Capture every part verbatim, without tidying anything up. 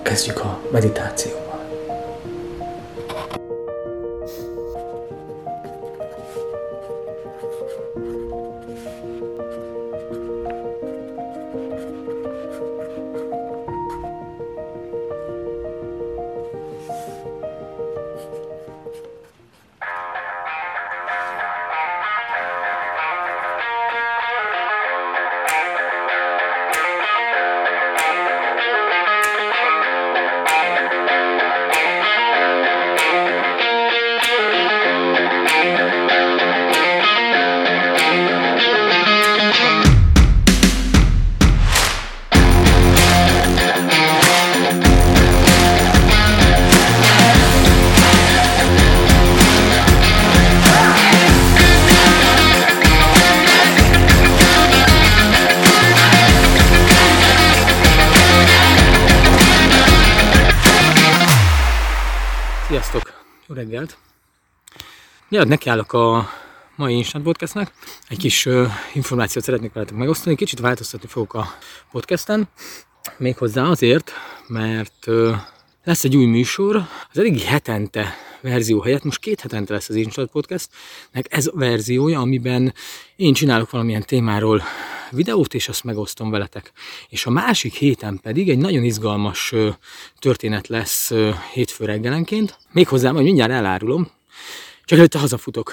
kezdjük a meditációval. Sziasztok! Jó reggelt! Mielőtt nekiállok a mai Instant Podcastnek, egy kis uh, információt szeretnék veletek megosztani, kicsit változtatni fogok a podcasten, méghozzá azért, mert uh, lesz egy új műsor, az eddigi hetente verzió helyett most két hetente lesz az Instant Podcastnek ez a verziója, amiben én csinálok valamilyen témáról videót, és azt megosztom veletek. És a másik héten pedig egy nagyon izgalmas uh, történet lesz uh, hétfő reggelenként, méghozzá majd mindjárt elárulom, csak előtte hazafutok.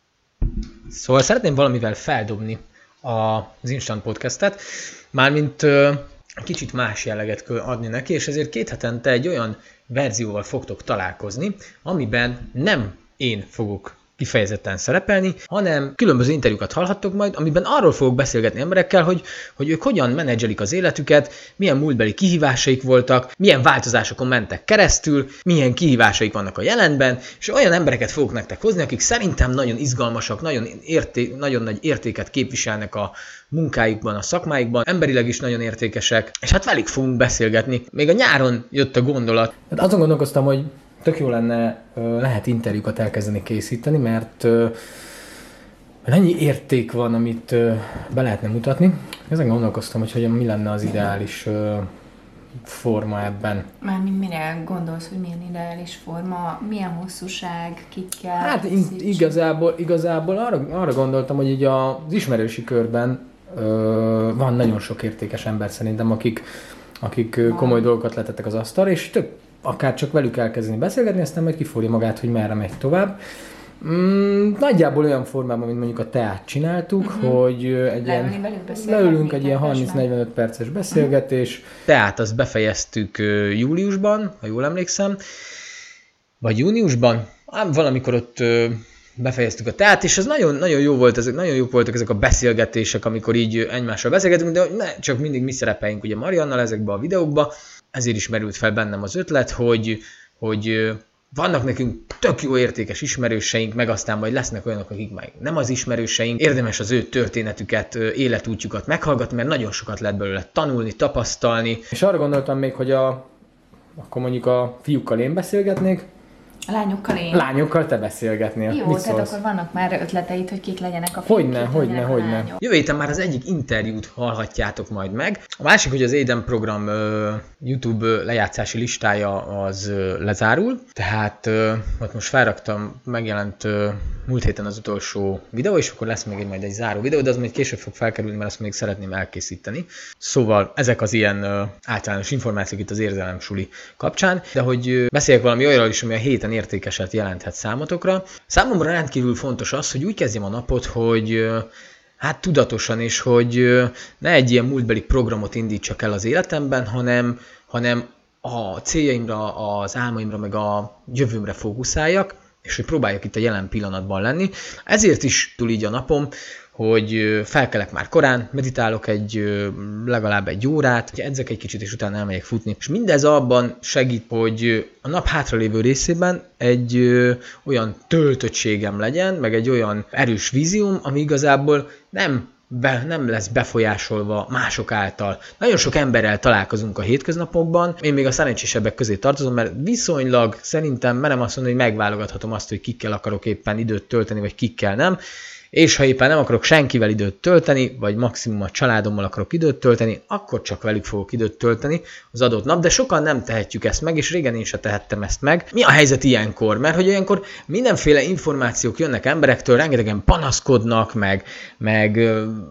Szóval szeretném valamivel feldobni az Instant Podcastet, mármint uh, kicsit más jelleget adni neki, és ezért két hetente egy olyan verzióval fogtok találkozni, amiben nem én fogok kifejezetten szerepelni, hanem különböző interjúkat hallhattok majd, amiben arról fogok beszélgetni emberekkel, hogy, hogy ők hogyan menedzselik az életüket, milyen múltbeli kihívásaik voltak, milyen változásokon mentek keresztül, milyen kihívásaik vannak a jelenben, és olyan embereket fogok nektek hozni, akik szerintem nagyon izgalmasak, nagyon, érté- nagyon nagy értéket képviselnek a munkájukban, a szakmáikban, emberileg is nagyon értékesek, és hát velük fogunk beszélgetni. Még a nyáron jött a gondolat. Hát azon gondolkoztam, hogy tök jó lenne, lehet interjúkat elkezdeni készíteni, mert ennyi érték van, amit be lehetne mutatni. Ezen gondolkoztam, hogy hogyan, mi lenne az ideális forma ebben. Mármint mire gondolsz, hogy milyen ideális forma, milyen hosszúság, kikkel? Hát igazából, igazából arra, arra gondoltam, hogy így az ismerősi körben ö, van nagyon sok értékes ember szerintem, akik, akik komoly dolgokat letettek az asztalra, és tök akár csak velük elkezdeni beszélgetni, aztán majd kifúrja magát, hogy merre megy tovább. Mm, nagyjából olyan formában, mint mondjuk a teát csináltuk, uh-huh. hogy egy ilyen, leülünk egy ilyen harminc-negyvenöt perces beszélgetés. Uh-huh. Teát azt befejeztük uh, júliusban, ha jól emlékszem, vagy júniusban, ám valamikor ott uh, befejeztük a teát, és ez nagyon, nagyon jó volt, ezek, nagyon jók voltak ezek a beszélgetések, amikor így egymással beszélgetünk, de ne, csak mindig mi szerepeljünk ugye Mariannal ezekbe a videókba. Ezért is merült fel bennem az ötlet, hogy, hogy vannak nekünk tök jó értékes ismerőseink, meg aztán majd lesznek olyanok, akik már nem az ismerőseink. Érdemes az ő történetüket, életútjukat meghallgatni, mert nagyon sokat lehet belőle tanulni, tapasztalni. És arra gondoltam még, hogy a, akkor mondjuk a fiúkkal én beszélgetnék, a lányokkal én. Lányokkal te beszélgetnél. Jó, mit tehát szólsz? akkor vannak már ötleteid, hogy kik legyenek a fiúk. Hogyne, hogyne, hogyne. Jövő héten már az egyik interjút hallhatjátok majd meg. A másik, hogy az Éden program uh, YouTube lejátszási listája az uh, lezárul. Tehát uh, ott most felraktam, megjelent uh, múlt héten az utolsó videó, és akkor lesz még egy, majd egy záró videó, de az majd később fog felkerülni, mert azt még szeretném elkészíteni. Szóval ezek az ilyen uh, általános információk itt az érzelemsuli kapcsán, de hogy uh, beszéljek valami olyanról is, ami a héten értékeset jelenthet számotokra. Számomra rendkívül fontos az, hogy úgy kezdjem a napot, hogy hát tudatosan, és hogy ne egy ilyen múltbeli programot indítsak el az életemben, hanem, hanem a céljaimra, az álmaimra, meg a jövőmre fókuszáljak, és hogy próbáljak itt a jelen pillanatban lenni. Ezért is túl így a napom, hogy felkelek már korán, meditálok egy legalább egy órát, edzek egy kicsit, és utána elmegyek futni. És mindez abban segít, hogy a nap hátralévő részében egy olyan töltöttségem legyen, meg egy olyan erős vízióm, ami igazából nem, be, nem lesz befolyásolva mások által. Nagyon sok emberrel találkozunk a hétköznapokban, én még a szerencsésebbek közé tartozom, mert viszonylag szerintem merem azt mondani, hogy megválogathatom azt, hogy kikkel akarok éppen időt tölteni, vagy kikkel nem. és ha éppen nem akarok senkivel időt tölteni, vagy maximum a családommal akarok időt tölteni, akkor csak velük fogok időt tölteni az adott nap, de sokan nem tehetjük ezt meg, és régen én sem tehettem ezt meg. Mi a helyzet ilyenkor? Mert hogy olyankor mindenféle információk jönnek emberektől, rengetegen panaszkodnak, meg, meg,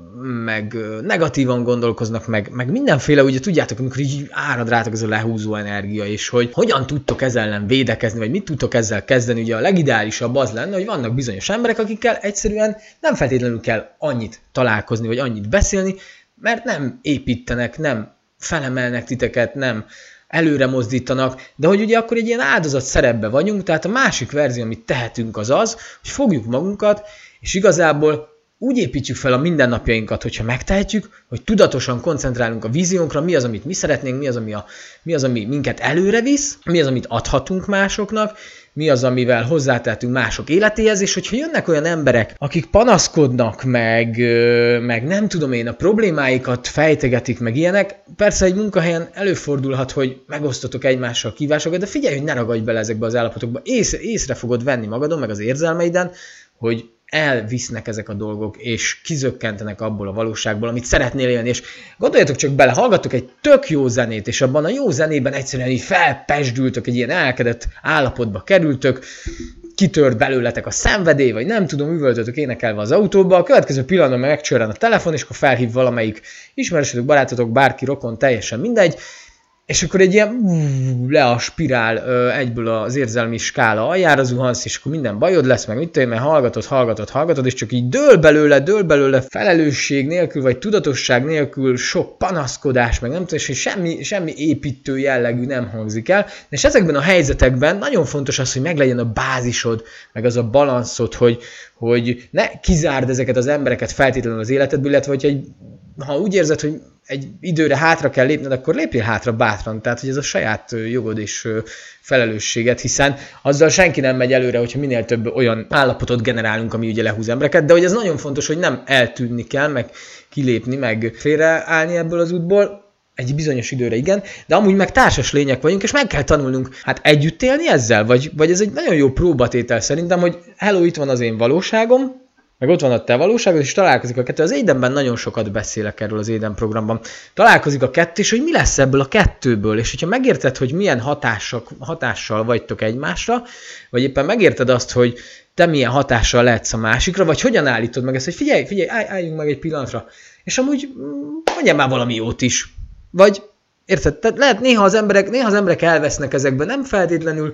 meg negatívan gondolkoznak, meg, meg mindenféle, ugye tudjátok, amikor így árad rátok ez a lehúzó energia, és hogy hogyan tudtok ezzel ellen védekezni, vagy mit tudtok ezzel kezdeni, ugye a legideálisabb az lenne, hogy vannak bizonyos emberek, akikkel egyszerűen nem feltétlenül kell annyit találkozni, vagy annyit beszélni, mert nem építenek, nem felemelnek titeket, nem előre mozdítanak, de hogy ugye akkor egy ilyen áldozat szerepbe vagyunk, tehát a másik verzió, amit tehetünk az az, hogy fogjuk magunkat, és igazából úgy építjük fel a mindennapjainkat, hogyha megtehetjük, hogy tudatosan koncentrálunk a víziónkra, mi az, amit mi szeretnénk, mi az, ami, a, mi az, ami minket előre visz, mi az, amit adhatunk másoknak, mi az, amivel hozzátehetünk mások életéhez, és hogyha jönnek olyan emberek, akik panaszkodnak, meg, meg nem tudom én, a problémáikat fejtegetik, meg ilyenek, persze egy munkahelyen előfordulhat, hogy megosztotok egymással kívásokat, de figyelj, hogy ne ragadj bele ezekbe az állapotokba, Ész, észre fogod venni magadon, meg az érzelmeiden, hogy elvisznek ezek a dolgok, és kizökkentenek abból a valóságból, amit szeretnél élni, és gondoljatok csak bele, hallgattok egy tök jó zenét, és abban a jó zenében egyszerűen így felpesdültök, egy ilyen elkedett állapotba kerültök, kitört belőletek a szenvedély, vagy nem tudom, üvöltötök énekelve az autóba, a következő pillanatban megcsörren a telefon, és akkor felhív valamelyik ismerősötök, barátotok, bárki, rokon, teljesen mindegy, és akkor egy ilyen uh, le a spirál uh, egyből az érzelmi skála aljára zuhansz, és akkor minden bajod lesz, meg mit tudom, mert hallgatod, hallgatod, hallgatod, és csak így dől belőle, dől belőle felelősség nélkül, vagy tudatosság nélkül sok panaszkodás, meg nem tudom, és semmi, semmi építő jellegű nem hangzik el. És ezekben a helyzetekben nagyon fontos az, hogy meglegyen a bázisod, meg az a balanszod, hogy, hogy ne kizárd ezeket az embereket feltétlenül az életedből, illetve hogy egy, ha úgy érzed, hogy egy időre hátra kell lépned, akkor lépjél hátra bátran, tehát hogy ez a saját jogod és felelősséged, hiszen azzal senki nem megy előre, hogyha minél több olyan állapotot generálunk, ami ugye lehúz embereket, de hogy ez nagyon fontos, hogy nem eltűnni kell, meg kilépni, meg félreállni ebből az útból, egy bizonyos időre igen, de amúgy meg társas lények vagyunk, és meg kell tanulnunk hát együtt élni ezzel, vagy, vagy ez egy nagyon jó próbatétel szerintem, hogy hello, itt van az én valóságom, meg ott van a te valóságod, és találkozik a kettő. Az Édenben nagyon sokat beszélek erről az Éden programban. Találkozik a kettő, és hogy mi lesz ebből a kettőből, és hogyha megérted, hogy milyen hatások, hatással vagytok egymásra, vagy éppen megérted azt, hogy te milyen hatással lehetsz a másikra, vagy hogyan állítod meg ezt, hogy figyelj, figyelj, állj, álljunk meg egy pillanatra, és amúgy mondjál már valami jót is. Vagy, érted? Tehát lehet néha az emberek, néha az emberek elvesznek ezekben, nem feltétlenül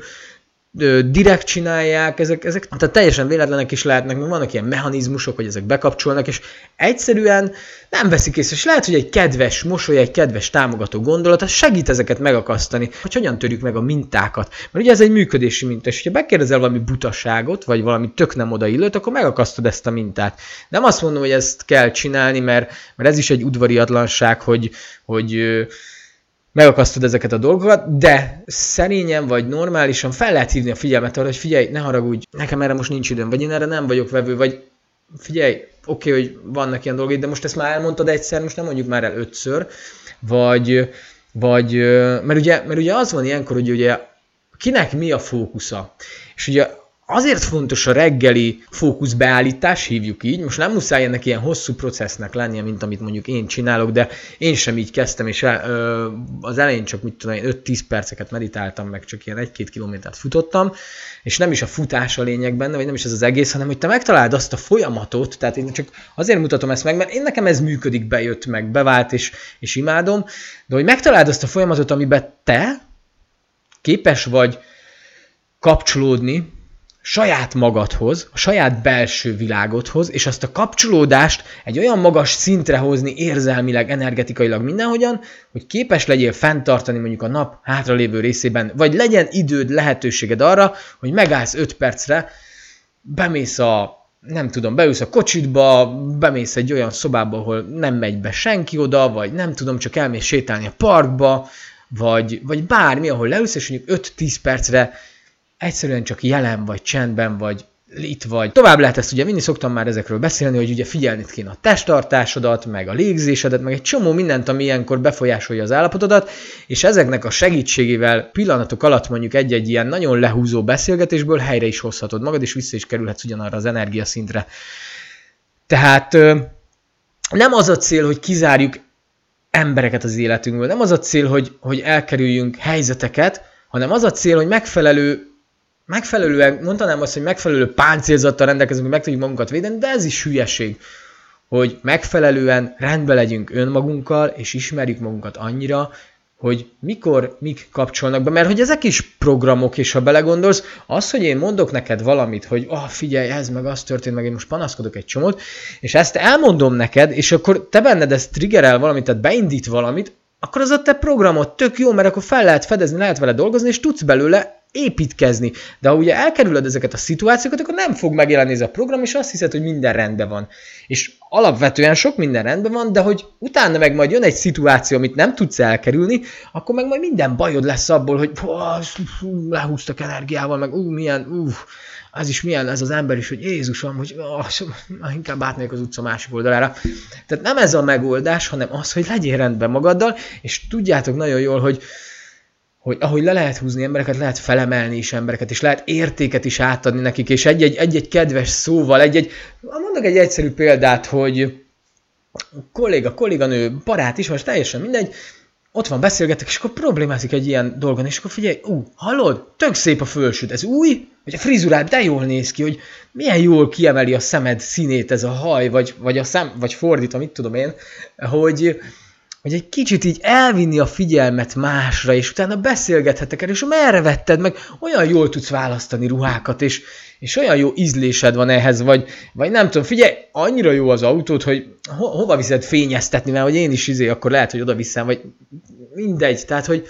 direkt csinálják, ezek, ezek tehát teljesen véletlenek is lehetnek, mert vannak ilyen mechanizmusok, hogy ezek bekapcsolnak, és egyszerűen nem veszik észre, és lehet, hogy egy kedves mosoly, egy kedves támogató gondolat, az segít ezeket megakasztani, hogy hogyan törjük meg a mintákat. Mert ugye ez egy működési minta, és ha bekérdezel valami butaságot, vagy valami tök nem odaillőt, akkor megakasztod ezt a mintát. Nem azt mondom, hogy ezt kell csinálni, mert, mert ez is egy udvariatlanság, hogy, hogy megakasztod ezeket a dolgokat, de szerényen vagy normálisan fel lehet hívni a figyelmet arra, hogy figyelj, ne haragudj, nekem erre most nincs időm, vagy én erre nem vagyok vevő, vagy figyelj, oké, okay, hogy vannak ilyen dolgok, de most ezt már elmondtad egyszer, most nem mondjuk már el ötször, vagy, vagy mert, ugye, mert ugye az van ilyenkor, hogy ugye kinek mi a fókusza, és ugye azért fontos a reggeli fókuszbeállítás, hívjuk így, most nem muszáj ennek ilyen hosszú processznek lennie, mint amit mondjuk én csinálok, de én sem így kezdtem, és ö, az elején csak mit tudom, öt-tíz perceket meditáltam, meg csak ilyen egy-két kilométert futottam, és nem is a futás a lényeg benne, vagy nem is ez az egész, hanem hogy te megtaláld azt a folyamatot, tehát én csak azért mutatom ezt meg, mert én nekem ez működik, bejött meg, bevált, és, és imádom, de hogy megtaláld azt a folyamatot, amiben te képes vagy kapcsolódni saját magadhoz, a saját belső világodhoz, és azt a kapcsolódást egy olyan magas szintre hozni érzelmileg, energetikailag mindenhogyan, hogy képes legyél fenntartani mondjuk a nap hátralévő részében, vagy legyen időd, lehetőséged arra, hogy megállsz öt percre, bemész a, nem tudom, beülsz a kocsidba, bemész egy olyan szobába, ahol nem megy be senki oda, vagy nem tudom, csak elmész sétálni a parkba, vagy, vagy bármi, ahol leülsz, és mondjuk öt-tíz percre egyszerűen csak jelen vagy, csendben vagy, itt vagy. Tovább lehet ezt ugye vinni, szoktam már ezekről beszélni, hogy ugye figyelni kéne a testtartásodat, meg a légzésedet, meg egy csomó mindent, ami ilyenkor befolyásolja az állapotodat, és ezeknek a segítségével pillanatok alatt mondjuk egy-egy ilyen nagyon lehúzó beszélgetésből helyre is hozhatod magad, és vissza is kerülhetsz ugyanarra az energiaszintre. Tehát nem az a cél, hogy kizárjuk embereket az életünkből, nem az a cél, hogy, hogy elkerüljünk helyzeteket, hanem az a cél, hogy megfelelő, megfelelően, mondanám azt, hogy megfelelő páncélzattal rendelkezünk, hogy meg tudjuk magunkat védeni, de ez is hülyeség, hogy megfelelően rendbe legyünk önmagunkkal, és ismerjük magunkat annyira, hogy mikor mik kapcsolnak be, mert hogy ezek is programok, és ha belegondolsz, az, hogy én mondok neked valamit, hogy ah, oh, figyelj, ez meg az történt, meg én most panaszkodok egy csomót, és ezt elmondom neked, és akkor te benned ez triggerel valamit, tehát beindít valamit, akkor az a te programod tök jó, mert akkor fel lehet fedezni, lehet vele dolgozni, és tudsz belőle építkezni. De ha ugye elkerülöd ezeket a szituációkat, akkor nem fog megjelenni ez a program, és azt hiszed, hogy minden rendben van. És alapvetően sok minden rendben van, de hogy utána meg majd jön egy szituáció, amit nem tudsz elkerülni, akkor meg majd minden bajod lesz abból, hogy lehúztak energiával, meg ú, milyen, ú, az is milyen ez az ember is, hogy Jézusom, hogy oh, inkább átmegyek az utca másik oldalára. Tehát nem ez a megoldás, hanem az, hogy legyél rendben magaddal, és tudjátok nagyon jól, hogy hogy ahogy le lehet húzni embereket, lehet felemelni is embereket, és lehet értéket is átadni nekik, és egy-egy, egy-egy kedves szóval, egy-egy, mondok egy egyszerű példát, hogy kolléga, kolléganő, barát is, most teljesen mindegy, ott van, beszélgettek, és akkor problémázik egy ilyen dolgon, és akkor figyelj, ú, hallod? Tök szép a fölsőd, ez új? Vagy a frizurád, de jól néz ki, hogy milyen jól kiemeli a szemed színét ez a haj, vagy, vagy a szem, vagy fordítva, mit tudom én, hogy... hogy egy kicsit így elvinni a figyelmet másra, és utána beszélgethettek el, és merre vetted meg, olyan jól tudsz választani ruhákat, és, és olyan jó ízlésed van ehhez, vagy, vagy nem tudom, figyelj, annyira jó az autód, hogy ho, hova viszed fényeztetni, mert hogy én is izé, akkor lehet, hogy oda viszem, vagy mindegy, tehát, hogy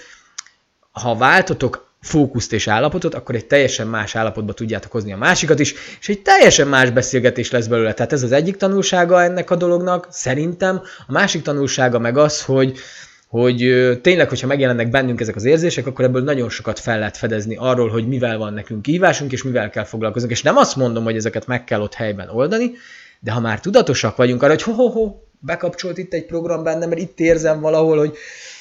ha váltotok fókuszt és állapotot, akkor egy teljesen más állapotba tudjátok hozni a másikat is, és egy teljesen más beszélgetés lesz belőle. Tehát ez az egyik tanulsága ennek a dolognak, szerintem. A másik tanulsága meg az, hogy, hogy tényleg, hogyha megjelennek bennünk ezek az érzések, akkor ebből nagyon sokat fel lehet fedezni arról, hogy mivel van nekünk kihívásunk, és mivel kell foglalkoznunk. És nem azt mondom, hogy ezeket meg kell ott helyben oldani, de ha már tudatosak vagyunk arra, hogy ho-ho-ho, bekapcsolt itt egy program bennem, mert itt érzem valahol, hogy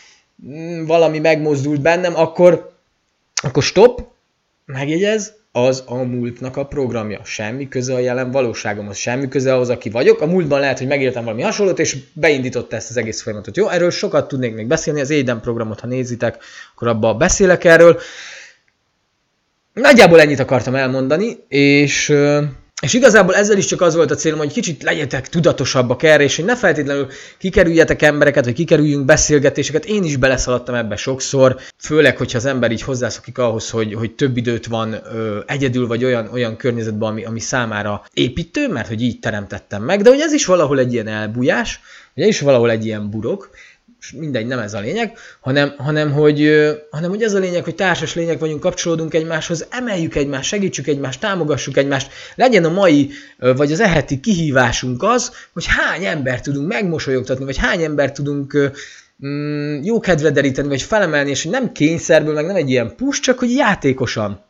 valami megmozdult bennem, akkor Akkor stop, megjegyez, az a múltnak a programja. Semmi köze a jelen valóságomhoz, semmi köze ahhoz, aki vagyok. A múltban lehet, hogy megéltem valami hasonlót, és beindította ezt az egész folyamatot. Jó, erről sokat tudnék még beszélni, az Éden programot, ha nézitek, akkor abban beszélek erről. Nagyjából ennyit akartam elmondani, és... És igazából ezzel is csak az volt a célom, hogy kicsit legyetek tudatosabbak erre, és hogy ne feltétlenül kikerüljetek embereket, vagy kikerüljünk beszélgetéseket. Én is beleszaladtam ebbe sokszor, főleg, hogyha az ember így hozzászokik ahhoz, hogy, hogy több időt van ö, egyedül, vagy olyan, olyan környezetben, ami, ami számára építő, mert hogy így teremtettem meg, de hogy ez is valahol egy ilyen elbújás, hogy ez is valahol egy ilyen burok, mindegy, nem ez a lényeg, hanem, hanem, hogy, hanem hogy ez a lényeg, hogy társas lények vagyunk, kapcsolódunk egymáshoz, emeljük egymást, segítsük egymást, támogassuk egymást, legyen a mai, vagy az eheti kihívásunk az, hogy hány embert tudunk megmosolyogtatni, vagy hány embert tudunk mm, jó kedvre deríteni, vagy felemelni, és hogy nem kényszerből, meg nem egy ilyen push, csak hogy játékosan.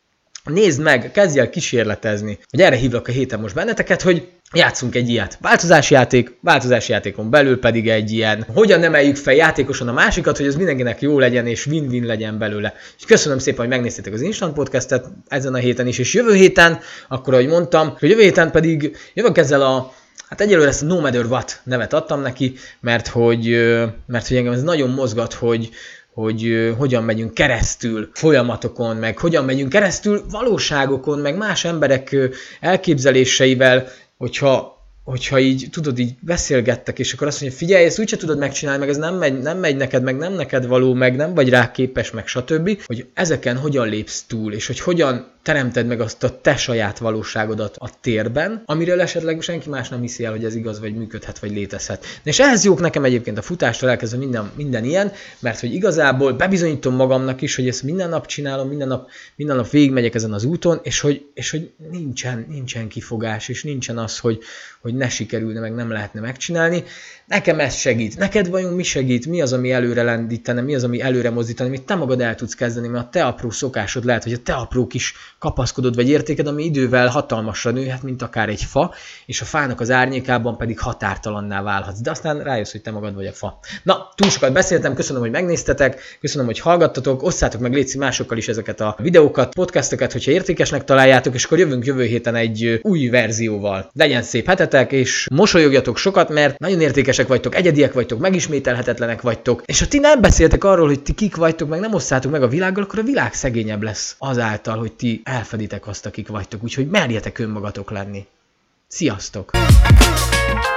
Nézd meg, kezdj el kísérletezni. Hogy erre hívlak a héten most benneteket, hogy játszunk egy ilyet. Változási játék, változási játékon belül pedig egy ilyen, hogyan emeljük fel játékosan a másikat, hogy ez mindenkinek jó legyen és win-win legyen belőle. És köszönöm szépen, hogy megnéztétek az Instant Podcastet ezen a héten is, és jövő héten, akkor ahogy mondtam, hogy jövő héten pedig jövök ezzel a, hát egyelőre ezt a No Matter What nevet adtam neki, mert hogy, mert hogy engem ez nagyon mozgat, hogy hogy uh, hogyan megyünk keresztül folyamatokon, meg hogyan megyünk keresztül valóságokon, meg más emberek uh, elképzeléseivel, hogyha, hogyha így, tudod, így beszélgettek, és akkor azt mondja, figyelj, ezt úgyse tudod megcsinálni, meg ez nem megy, nem megy neked, meg nem neked való, meg nem vagy rá képes, meg stb. Hogy ezeken hogyan lépsz túl, és hogy hogyan teremted meg azt a te saját valóságodat a térben, amiről esetleg senki más nem hiszi el, hogy ez igaz, vagy működhet, vagy létezhet. És ehhez jók nekem egyébként a futástól elkezdve minden, minden ilyen, mert hogy igazából bebizonyítom magamnak is, hogy ezt minden nap csinálom, minden nap, minden nap végigmegyek ezen az úton, és hogy, és hogy nincsen, nincsen kifogás, és nincsen az, hogy, hogy ne sikerülne, meg nem lehetne megcsinálni. Nekem ez segít. Neked vajon mi segít? Mi az, ami előre lendítene? Mi az, ami előre mozdítani? Amit te magad el tudsz kezdeni, mert a te apró szokásod lehet, hogy a te apró kis kapaszkodod vagy értéked, ami idővel hatalmasra nőhet, mint akár egy fa, és a fának az árnyékában pedig határtalanná válhatsz. De aztán rájössz, hogy te magad vagy a fa. Na, túl sokat beszéltem, köszönöm, hogy megnéztetek, köszönöm, hogy hallgattatok, osszátok meg létszik másokkal is ezeket a videókat, podcastokat, hogyha értékesnek találjátok, és akkor jövünk jövő héten egy új verzióval. Legyen szép hetetek, és mosolyogjatok sokat, mert nagyon értékesek vagytok, egyediek vagytok, megismételhetetlenek vagytok, és ha ti nem beszéltek arról, hogy ti kik vagytok, meg nem osszátok meg a világgal, akkor a világ szegényebb lesz azáltal, hogy ti elfeditek azt, akik vagytok, úgyhogy merjetek önmagatok lenni. Sziasztok!